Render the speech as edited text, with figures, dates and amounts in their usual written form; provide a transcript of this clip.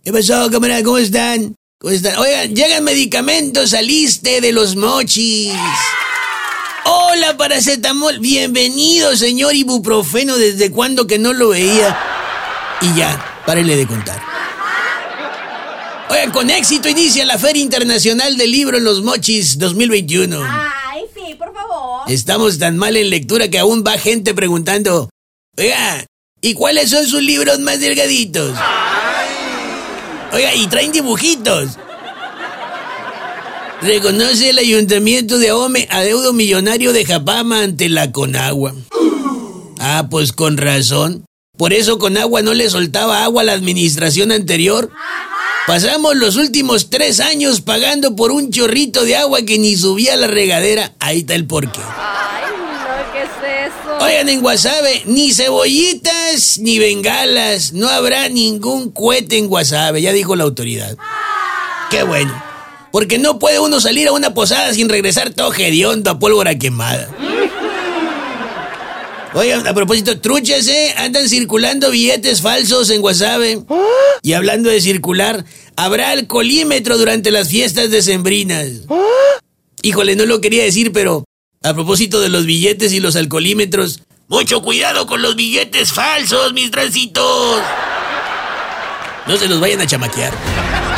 ¿Qué pasó, camarada? ¿Cómo están? Oigan, llegan medicamentos al ISSSTE de los Mochis. Hola, paracetamol. Bienvenido, señor ibuprofeno. ¿Desde cuándo que no lo veía? Y ya, párele de contar. Oigan, con éxito inicia la Feria Internacional del Libro en los Mochis 2021. Ay, sí, por favor. Estamos tan mal en lectura que aún va gente preguntando: oiga, ¿y cuáles son sus libros más delgaditos? Oiga, y traen dibujitos. Reconoce el Ayuntamiento de Ahome adeudo millonario de Japama ante la Conagua. Ah, pues con razón. Por eso Conagua no le soltaba agua a la administración anterior. Pasamos los últimos 3 años pagando por un chorrito de agua que ni subía a la regadera. Ahí está el porqué. Ay, no, ¿qué es eso? Oigan, en Guasave, ni cebollitas ni bengalas. No habrá ningún cohete en Guasave, ya dijo la autoridad. Qué bueno, porque no puede uno salir a una posada sin regresar todo hediondo a pólvora quemada. Oigan, a propósito, truchas, andan circulando billetes falsos en Guasave. Y hablando de circular, habrá alcoholímetro durante las fiestas decembrinas. Híjole, no lo quería decir, pero a propósito de los billetes y los alcoholímetros, mucho cuidado con los billetes falsos, mis transitos. No se los vayan a chamaquear.